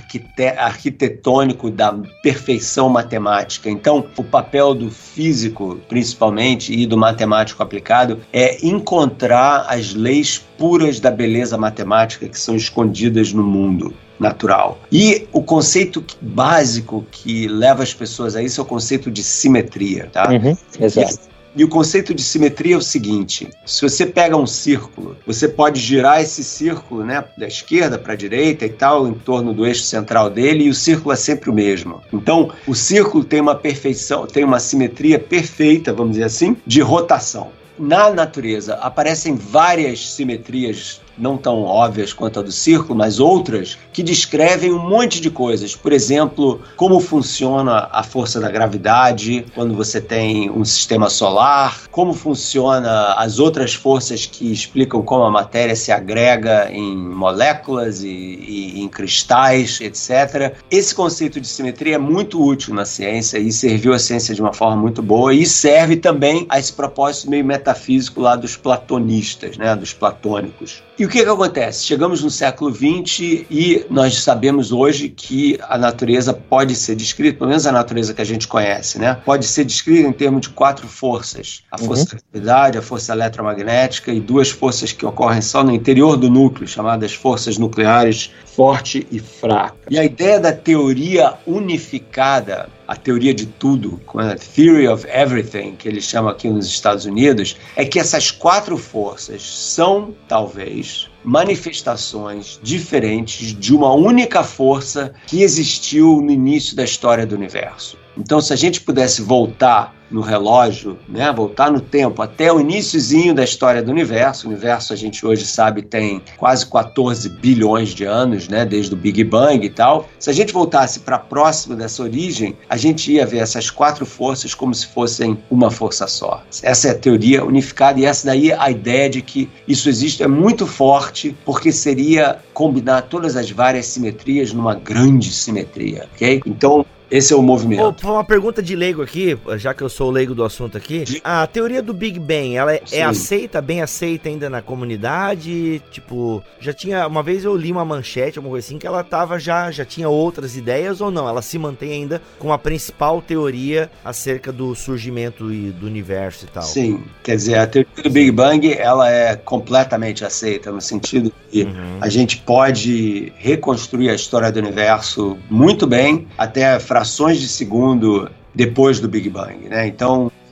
arquitetônico da perfeição matemática. Então, o papel do físico, principalmente, e do matemático aplicado, é encontrar as leis puras da beleza matemática que são escondidas no mundo natural. E o conceito básico que leva as pessoas a isso é o conceito de simetria, tá? Exato. E o conceito de simetria é o seguinte: se você pega um círculo, você pode girar esse círculo, né, da esquerda para a direita e tal, em torno do eixo central dele, e o círculo é sempre o mesmo. Então, o círculo tem uma perfeição, tem uma simetria perfeita, vamos dizer assim, de rotação. Na natureza aparecem várias simetrias não tão óbvias quanto a do círculo, mas outras que descrevem um monte de coisas. Por exemplo, como funciona a força da gravidade quando você tem um sistema solar, como funciona as outras forças que explicam como a matéria se agrega em moléculas e em cristais, etc. Esse conceito de simetria é muito útil na ciência e serviu a ciência de uma forma muito boa e serve também a esse propósito meio metafísico lá dos platonistas, né, dos platônicos. E o que acontece? Chegamos no século XX e nós sabemos hoje que a natureza pode ser descrita, pelo menos a natureza que a gente conhece, né? Pode ser descrita em termos de 4 forças. A força da gravidade, a força eletromagnética e 2 forças que ocorrem só no interior do núcleo, chamadas forças nucleares forte e fraca. E a ideia da teoria unificada, a teoria de tudo, a Theory of Everything, que eles chamam aqui nos Estados Unidos, é que essas 4 forças são, talvez, manifestações diferentes de uma única força que existiu no início da história do universo. Então, se a gente pudesse voltar no relógio, né, voltar no tempo até o iniciozinho da história do universo, o universo a gente hoje sabe tem quase 14 bilhões de anos, né, desde o Big Bang e tal. Se a gente voltasse para próximo dessa origem, a gente ia ver essas 4 forças como se fossem uma força só. Essa é a teoria unificada e essa daí a ideia de que isso existe é muito forte, porque seria combinar todas as várias simetrias numa grande simetria, ok? Então, esse é o movimento. Uma pergunta de leigo aqui, já que eu sou o leigo do assunto aqui. A teoria do Big Bang, ela é aceita, bem aceita ainda na comunidade? Tipo, já tinha, uma vez eu li uma manchete, alguma coisa assim, que ela tava já tinha outras ideias ou não? Ela se mantém ainda com a principal teoria acerca do surgimento do universo e tal? Sim, quer dizer, a teoria do Big Bang, ela é completamente aceita, no sentido que a gente pode reconstruir a história do universo muito bem, até frações de segundo depois do Big Bang, né? Então,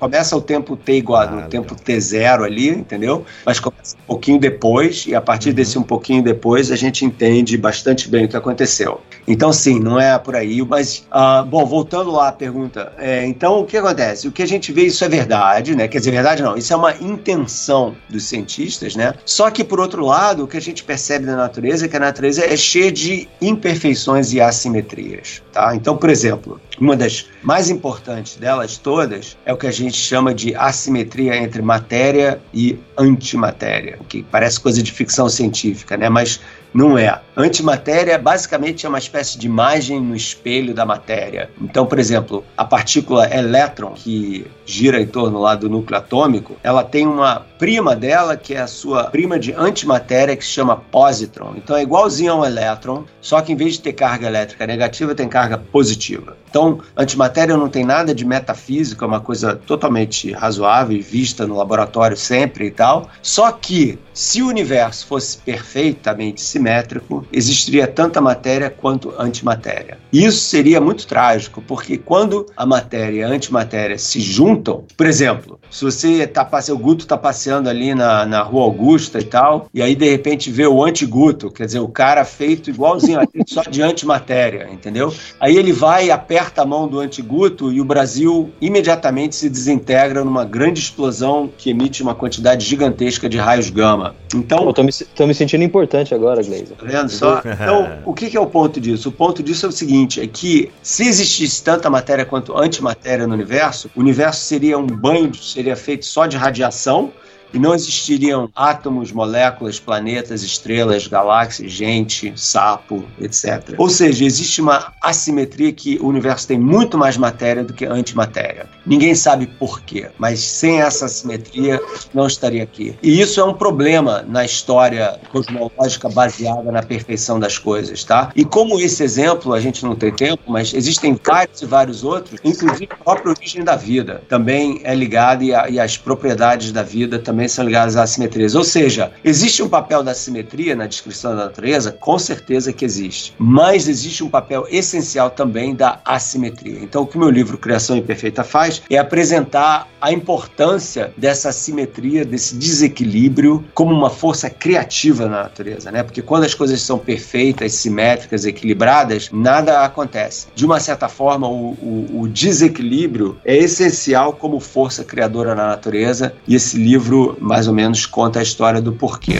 começa o tempo T igual no tempo T0 ali, entendeu? Mas começa um pouquinho depois, e a partir desse um pouquinho depois a gente entende bastante bem o que aconteceu. Então, sim, não é por aí, mas, bom, voltando lá à pergunta, então o que acontece? O que a gente vê, isso é verdade, né? Quer dizer, verdade não, isso é uma intenção dos cientistas, né? Só que, por outro lado, o que a gente percebe na natureza é que a natureza é cheia de imperfeições e assimetrias, tá? Então, por exemplo, uma das mais importantes delas todas é o que a gente chama de assimetria entre matéria e antimatéria, o que parece coisa de ficção científica, né? Mas não é. Antimatéria basicamente é uma espécie de imagem no espelho da matéria. Então, por exemplo, a partícula elétron, que gira em torno lá do núcleo atômico, ela tem uma prima dela, que é a sua prima de antimatéria, que se chama positron. Então é igualzinho a um elétron, só que em vez de ter carga elétrica negativa, tem carga positiva. Então, antimatéria não tem nada de metafísica, é uma coisa totalmente razoável e vista no laboratório sempre e tal. Só que, se o universo fosse perfeitamente simétrico, existiria tanta matéria quanto antimatéria. Isso seria muito trágico, porque quando a matéria e a antimatéria se juntam, por exemplo, se você o Guto está passeando ali na Rua Augusta e tal, e aí de repente vê o anti-Guto, quer dizer, o cara feito igualzinho a ele, só de antimatéria, entendeu? Aí ele vai e aperta a mão do anti-Guto e o Brasil imediatamente se desintegra numa grande explosão que emite uma quantidade gigantesca de raios gama. Então, tô me sentindo importante agora, Glazer. Tá vendo só? Então, o que é o ponto disso? O ponto disso é o seguinte, é que se existisse tanta matéria quanto antimatéria no universo, o universo seria um banho, seria feito só de radiação, e não existiriam átomos, moléculas, planetas, estrelas, galáxias, gente, sapo, etc. Ou seja, existe uma assimetria que o universo tem muito mais matéria do que antimatéria. Ninguém sabe por quê, mas sem essa assimetria não estaria aqui. E isso é um problema na história cosmológica baseada na perfeição das coisas, tá? E como esse exemplo, a gente não tem tempo, mas existem vários e vários outros, inclusive a própria origem da vida também é ligada e as propriedades da vida também são ligadas às assimetrias. Ou seja, existe um papel da assimetria na descrição da natureza? Com certeza que existe. Mas existe um papel essencial também da assimetria. Então, o que o meu livro Criação Imperfeita faz é apresentar a importância dessa assimetria, desse desequilíbrio, como uma força criativa na natureza, né? Porque quando as coisas são perfeitas, simétricas, equilibradas, nada acontece. De uma certa forma, o desequilíbrio é essencial como força criadora na natureza, e esse livro mais ou menos conta a história do porquê.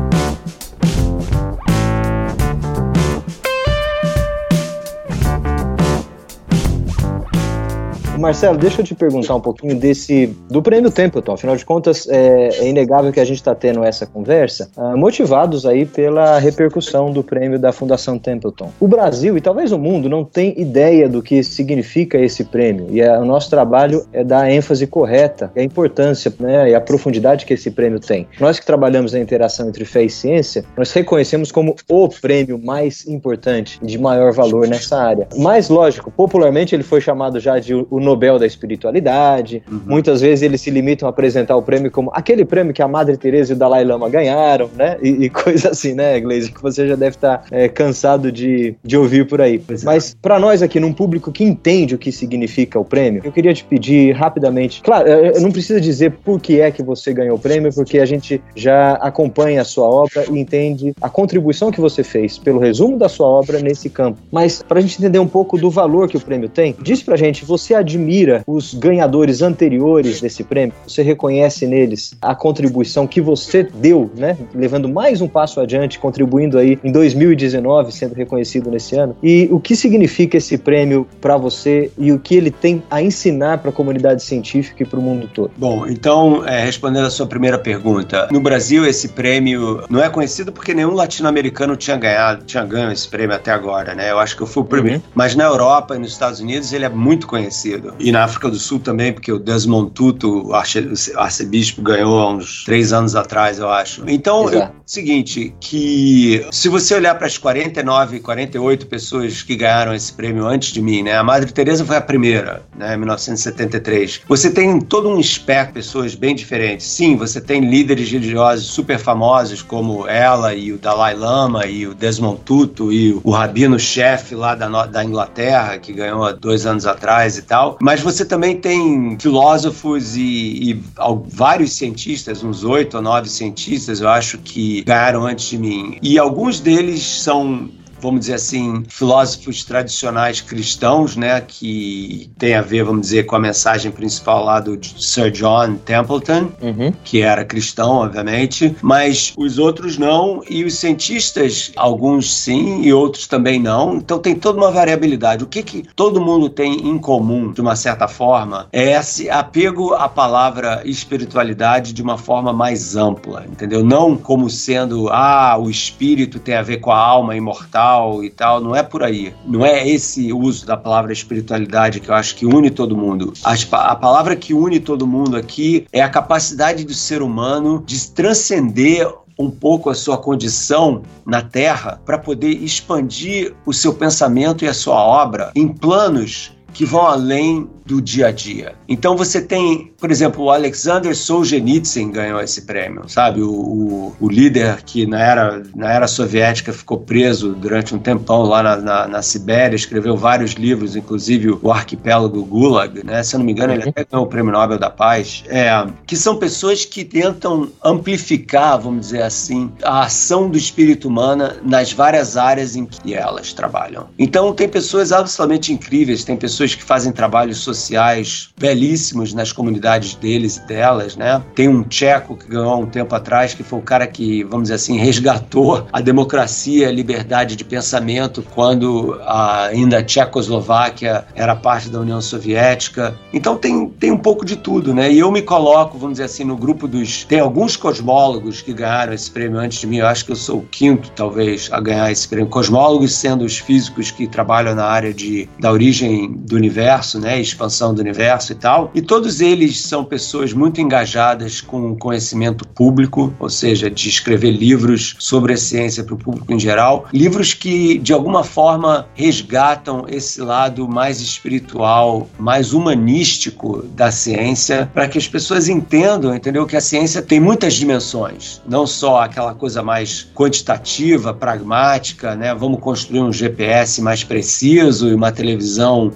Marcelo, deixa eu te perguntar um pouquinho do Prêmio Templeton. Afinal de contas, é inegável que a gente está tendo essa conversa, motivados aí pela repercussão do prêmio da Fundação Templeton. O Brasil e talvez o mundo não tem ideia do que significa esse prêmio, e o nosso trabalho é dar a ênfase correta, a importância, né, e a profundidade que esse prêmio tem. Nós que trabalhamos na interação entre fé e ciência, nós reconhecemos como o prêmio mais importante e de maior valor nessa área. Mas, lógico, popularmente ele foi chamado já de o Nobel da Espiritualidade. Muitas vezes eles se limitam a apresentar o prêmio como aquele prêmio que a Madre Teresa e o Dalai Lama ganharam, né? E coisa assim, né, Glazer, que você já deve estar cansado de ouvir por aí. Mas para nós aqui, num público que entende o que significa o prêmio, eu queria te pedir rapidamente, claro, eu não preciso dizer por que é que você ganhou o prêmio, porque a gente já acompanha a sua obra e entende a contribuição que você fez pelo resumo da sua obra nesse campo. Mas para a gente entender um pouco do valor que o prêmio tem, diz pra gente, você admira os ganhadores anteriores desse prêmio? Você reconhece neles a contribuição que você deu, né? Levando mais um passo adiante, contribuindo aí em 2019, sendo reconhecido nesse ano. E o que significa esse prêmio para você e o que ele tem a ensinar para a comunidade científica e para o mundo todo? Bom, então, respondendo a sua primeira pergunta, no Brasil esse prêmio não é conhecido porque nenhum latino-americano tinha ganho esse prêmio até agora, né? Eu acho que eu fui o primeiro. Mas na Europa e nos Estados Unidos ele é muito conhecido. E na África do Sul também, porque o Desmond Tutu, o arcebispo, ganhou há uns 3 anos atrás, eu acho. Então, é o seguinte, que se você olhar para as 48 pessoas que ganharam esse prêmio antes de mim, né? A Madre Teresa foi a primeira, né? Em 1973. Você tem todo um espectro de pessoas bem diferentes. Sim, você tem líderes religiosos super famosos, como ela e o Dalai Lama e o Desmond Tutu e o rabino-chefe lá da Inglaterra, que ganhou há 2 anos atrás e tal. mas você também tem filósofos e vários cientistas, uns 8 ou 9 cientistas, eu acho, que ganharam antes de mim. E alguns deles são, vamos dizer assim, filósofos tradicionais cristãos, né, que tem a ver, vamos dizer, com a mensagem principal lá do Sir John Templeton, que era cristão, obviamente, mas os outros não, e os cientistas, alguns sim, e outros também não, então tem toda uma variabilidade. O que todo mundo tem em comum, de uma certa forma, é esse apego à palavra espiritualidade de uma forma mais ampla, entendeu? Não como sendo, o espírito tem a ver com a alma imortal, e tal, não é por aí. Não é esse uso da palavra espiritualidade que eu acho que une todo mundo. A palavra que une todo mundo aqui é a capacidade do ser humano de transcender um pouco a sua condição na Terra para poder expandir o seu pensamento e a sua obra em planos que vão além do dia a dia. Então você tem, por exemplo, o Alexander Solzhenitsyn ganhou esse prêmio, sabe? O líder que na era soviética ficou preso durante um tempão lá na Sibéria, escreveu vários livros, inclusive o Arquipélago Gulag, né? Se eu não me engano, ele até ganhou o Prêmio Nobel da Paz. Que são pessoas que tentam amplificar, vamos dizer assim, a ação do espírito humano nas várias áreas em que elas trabalham. Então tem pessoas absolutamente incríveis, tem pessoas que fazem trabalhos sociais belíssimos nas comunidades deles e delas, né? Tem um tcheco que ganhou um tempo atrás, que foi o cara que, vamos dizer assim, resgatou a democracia, a liberdade de pensamento quando ainda a Tchecoslováquia era parte da União Soviética. Então tem um pouco de tudo, né? E eu me coloco, vamos dizer assim, no grupo dos... Tem alguns cosmólogos que ganharam esse prêmio antes de mim, eu acho que eu sou o quinto, talvez, a ganhar esse prêmio. Cosmólogos sendo os físicos que trabalham na área da origem do universo, né? Expansão do universo e tal. E todos eles são pessoas muito engajadas com o conhecimento público, ou seja, de escrever livros sobre a ciência para o público em geral. Livros que, de alguma forma, resgatam esse lado mais espiritual, mais humanístico da ciência, para que as pessoas entendam, entendeu? Que a ciência tem muitas dimensões. Não só aquela coisa mais quantitativa, pragmática, né? Vamos construir um GPS mais preciso e uma televisão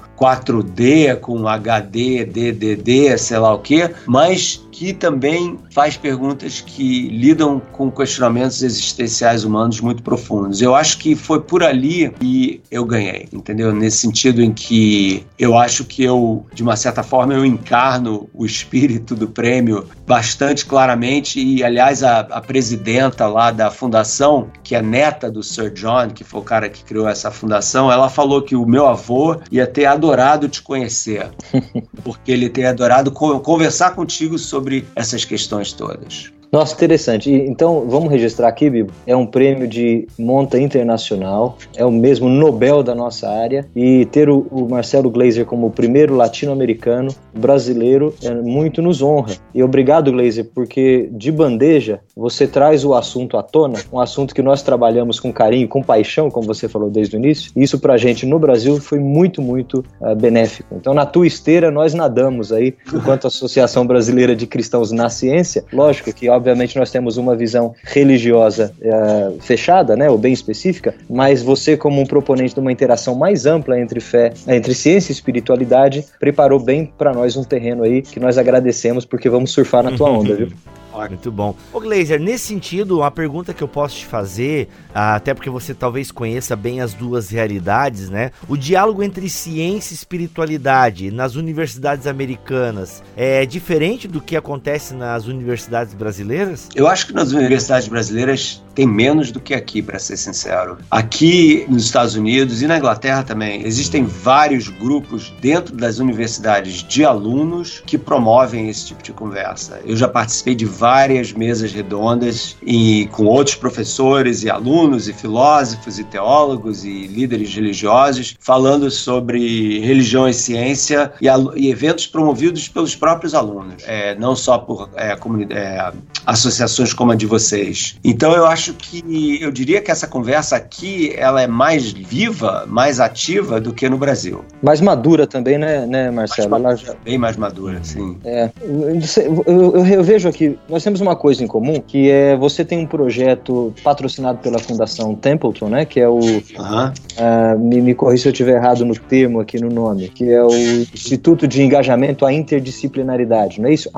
4D com HD, DDD, sei lá o quê, mas que também faz perguntas que lidam com questionamentos existenciais humanos muito profundos. Eu acho que foi por ali que eu ganhei, entendeu? Nesse sentido em que eu acho que eu, de uma certa forma, eu encarno o espírito do prêmio bastante claramente e, aliás, a presidenta lá da fundação, que é neta do Sir John, que foi o cara que criou essa fundação, ela falou que o meu avô ia ter adorado te conhecer, porque ele tem adorado conversar contigo sobre essas questões todas. Nossa, interessante. Então, vamos registrar aqui, Bibo. É um prêmio de monta internacional, é o mesmo Nobel da nossa área, e ter o Marcelo Gleiser como o primeiro latino-americano brasileiro muito nos honra. E obrigado, Gleiser, porque de bandeja você traz o assunto à tona, um assunto que nós trabalhamos com carinho, com paixão, como você falou desde o início, e isso pra gente no Brasil foi muito, muito benéfico. Então, na tua esteira, nós nadamos aí, enquanto Associação Brasileira de Cristãos na Ciência. Lógico que, obviamente, nós temos uma visão religiosa fechada, né, ou bem específica, mas você, como um proponente de uma interação mais ampla entre ciência e espiritualidade, preparou bem para nós um terreno aí que nós agradecemos, porque vamos surfar na tua onda, viu? Muito bom. Ô Gleiser, nesse sentido, uma pergunta que eu posso te fazer, até porque você talvez conheça bem as duas realidades, né? O diálogo entre ciência e espiritualidade nas universidades americanas é diferente do que acontece nas universidades brasileiras? Eu acho que nas universidades brasileiras tem menos do que aqui, para ser sincero. Aqui nos Estados Unidos e na Inglaterra também, existem vários grupos dentro das universidades de alunos que promovem esse tipo de conversa. Eu já participei de várias mesas redondas e com outros professores e alunos e filósofos e teólogos e líderes religiosos falando sobre religião e ciência e eventos promovidos pelos próprios alunos, não só por associações como a de vocês. Então eu acho acho que, eu diria que essa conversa aqui, ela é mais viva, mais ativa do que no Brasil. Mais madura também, né Marcelo? Bem mais madura, sim. Eu vejo aqui, nós temos uma coisa em comum, que é, você tem um projeto patrocinado pela Fundação Templeton, né, que é o, me corrija se eu estiver errado no termo aqui no nome, que é o Instituto de Engajamento à Interdisciplinaridade, não é isso?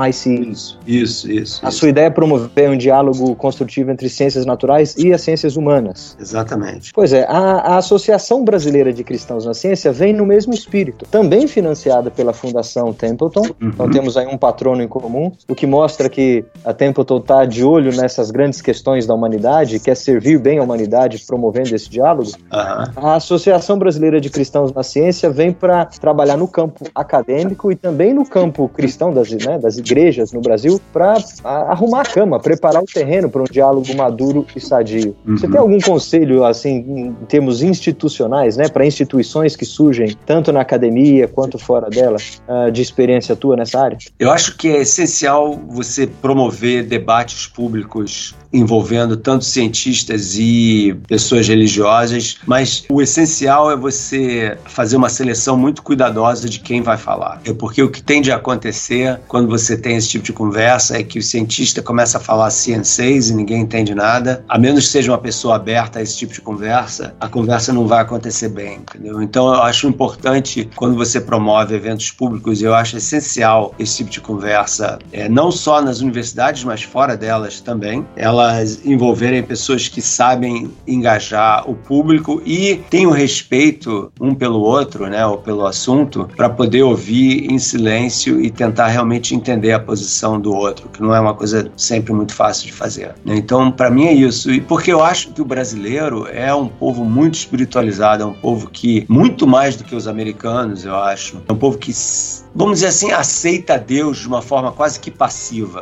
Isso. A sua ideia é promover um diálogo construtivo entre ciências naturais e as ciências humanas. Exatamente. Pois é, a Associação Brasileira de Cristãos na Ciência vem no mesmo espírito, também financiada pela Fundação Templeton. Então temos aí um patrono em comum, o que mostra que a Templeton está de olho nessas grandes questões da humanidade, quer servir bem a humanidade promovendo esse diálogo. A Associação Brasileira de Cristãos na Ciência vem para trabalhar no campo acadêmico e também no campo cristão das igrejas no Brasil, para arrumar a cama, preparar o terreno para um diálogo maduro e sadio. Você tem algum conselho, assim, em termos institucionais, né, para instituições que surgem tanto na academia quanto fora dela, de experiência tua nessa área? Eu acho que é essencial você promover debates públicos envolvendo tanto cientistas e pessoas religiosas, mas o essencial é você fazer uma seleção muito cuidadosa de quem vai falar. Porque o que tende a acontecer quando você tem esse tipo de conversa é que o cientista começa a falar ciências e ninguém entende nada. A menos que seja uma pessoa aberta a esse tipo de conversa, a conversa não vai acontecer bem, entendeu? Então eu acho importante, quando você promove eventos públicos, eu acho essencial esse tipo de conversa, não só nas universidades, mas fora delas também, elas envolverem pessoas que sabem engajar o público e têm o respeito um pelo outro, né, ou pelo assunto, para poder ouvir em silêncio e tentar realmente entender a posição do outro, que não é uma coisa sempre muito fácil de fazer. Então, para mim é isso. E porque eu acho que o brasileiro é um povo muito espiritualizado, é um povo que, muito mais do que os americanos, eu acho, é um povo que, vamos dizer assim, aceita Deus de uma forma quase que passiva.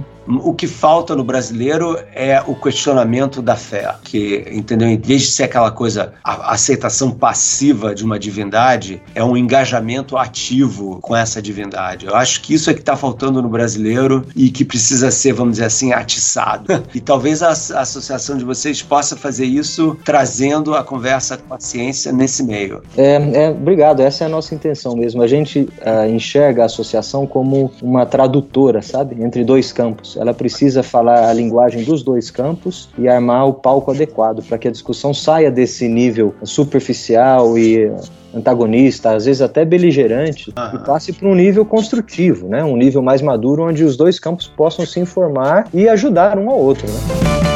O que falta no brasileiro é o questionamento da fé, que, entendeu? Em vez de ser aquela coisa, a aceitação passiva de uma divindade, é um engajamento ativo com essa divindade. Eu acho que isso é que está faltando no brasileiro e que precisa ser, vamos dizer assim, atiçado. E talvez a associação de vocês possa fazer isso trazendo a conversa com a ciência nesse meio. Obrigado, essa é a nossa intenção mesmo. A gente enxerga a associação como uma tradutora, sabe? Entre dois campos. Ela precisa falar a linguagem dos dois campos e armar o palco adequado para que a discussão saia desse nível superficial e antagonista, às vezes até beligerante, e passe para um nível construtivo, né? Um nível mais maduro, onde os dois campos possam se informar e ajudar um ao outro, né?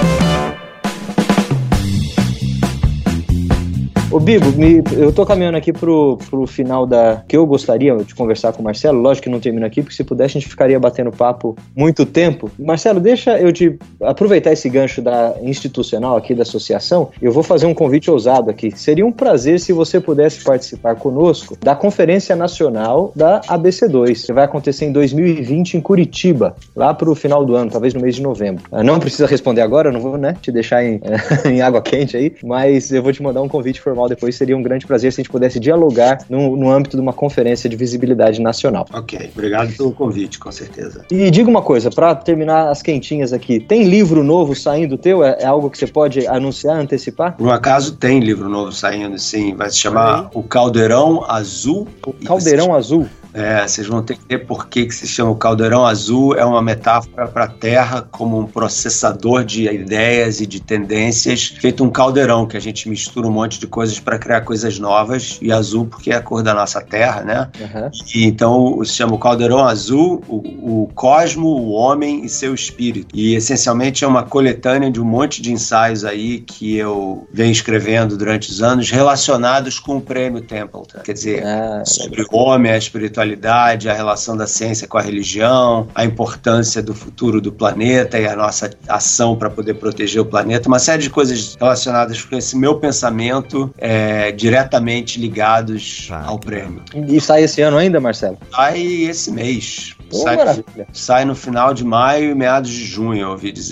Ô Bibo, eu tô caminhando aqui pro final que eu gostaria de conversar com o Marcelo. Lógico que não termina aqui, porque se pudesse a gente ficaria batendo papo muito tempo. Marcelo, deixa eu te aproveitar esse gancho da institucional aqui da associação. Eu vou fazer um convite ousado aqui. Seria um prazer se você pudesse participar conosco da Conferência Nacional da ABC2, que vai acontecer em 2020 em Curitiba, lá pro final do ano, talvez no mês de novembro. Não precisa responder agora, eu não vou, né, te deixar em água quente aí, mas eu vou te mandar um convite formal depois. Seria um grande prazer se a gente pudesse dialogar no âmbito de uma conferência de visibilidade nacional. Ok, obrigado pelo convite, com certeza. E diga uma coisa, para terminar as quentinhas aqui, tem livro novo saindo teu? É algo que você pode anunciar, antecipar? Por um acaso tem livro novo saindo, sim, vai se chamar O Caldeirão Azul. O Caldeirão Azul? Vocês vão entender por que se chama o Caldeirão Azul. É uma metáfora para a Terra como um processador de ideias e de tendências, feito um caldeirão, que a gente mistura um monte de coisas para criar coisas novas, e azul porque é a cor da nossa Terra, né? E então se chama o Caldeirão Azul, o cosmo, o homem e seu espírito. E essencialmente é uma coletânea de um monte de ensaios aí que eu venho escrevendo durante os anos relacionados com o Prêmio Templeton. Quer dizer, sobre o homem, a espiritualidade, a relação da ciência com a religião, a importância do futuro do planeta e a nossa ação para poder proteger o planeta, uma série de coisas relacionadas com esse meu pensamento diretamente ligados ao prêmio. E sai esse ano ainda, Marcelo? Sai esse mês. Maravilha. Sai no final de maio e meados de junho, eu ouvi dizer.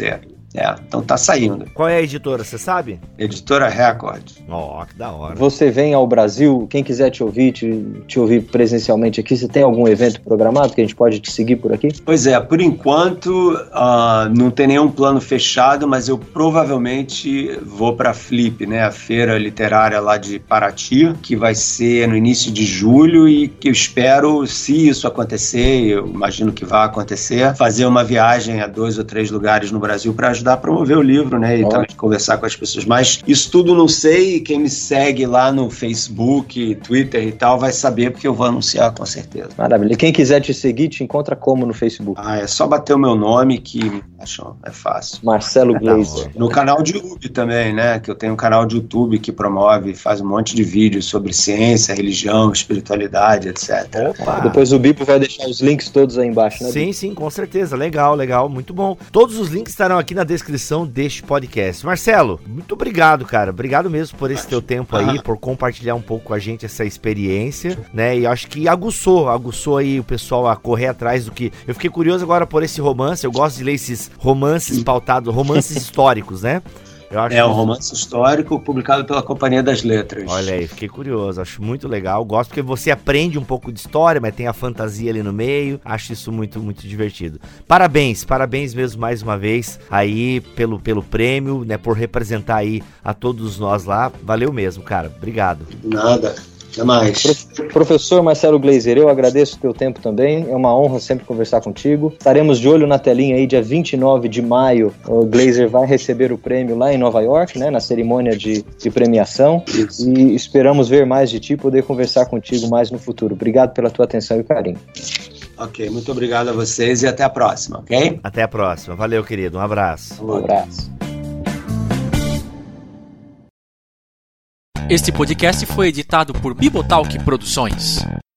Então tá saindo. Qual é a editora, você sabe? Editora Record. Ó, que da hora. Você vem ao Brasil, quem quiser te ouvir presencialmente aqui, você tem algum evento programado que a gente pode te seguir por aqui? Pois é, por enquanto não tem nenhum plano fechado, mas eu provavelmente vou para a Flip, né, a feira literária lá de Paraty, que vai ser no início de julho e que eu espero, se isso acontecer, eu imagino que vai acontecer, fazer uma viagem a 2 ou 3 lugares no Brasil para ajudar a promover o livro, né, e também conversar com as pessoas. Mas isso tudo não sei, e quem me segue lá no Facebook, Twitter e tal, vai saber, porque eu vou anunciar com certeza. Maravilha. E quem quiser te seguir, te encontra como no Facebook? É só bater o meu nome que acham, é fácil. Marcelo Glazer. No canal de YouTube também, né, que eu tenho um canal de YouTube que promove, faz um monte de vídeos sobre ciência, religião, espiritualidade, etc. Opa. Depois o Bibo vai deixar os links todos aí embaixo, né? Sim, sim, com certeza. Legal, muito bom. Todos os links estarão aqui na descrição deste podcast. Marcelo, muito obrigado, cara. Obrigado mesmo por esse teu tempo aí, por compartilhar um pouco com a gente essa experiência, né? E acho que aguçou aí o pessoal a correr atrás do que... Eu fiquei curioso agora por esse romance. Eu gosto de ler esses romances pautados, romances históricos, né? Um romance histórico publicado pela Companhia das Letras. Olha aí, fiquei curioso, acho muito legal, gosto porque você aprende um pouco de história, mas tem a fantasia ali no meio, acho isso muito, muito divertido. Parabéns mesmo mais uma vez aí pelo prêmio, né, por representar aí a todos nós lá, valeu mesmo, cara, obrigado. Nada. Até mais. Professor Marcelo Glazer, eu agradeço o teu tempo também, é uma honra sempre conversar contigo. Estaremos de olho na telinha aí, dia 29 de maio, o Glazer vai receber o prêmio lá em Nova York, né, na cerimônia de premiação. Isso. E esperamos ver mais de ti, poder conversar contigo mais no futuro. Obrigado pela tua atenção e carinho. Ok, muito obrigado a vocês e até a próxima, ok? Até a próxima, valeu querido, um abraço. Um abraço. Este podcast foi editado por Bibotalk Produções.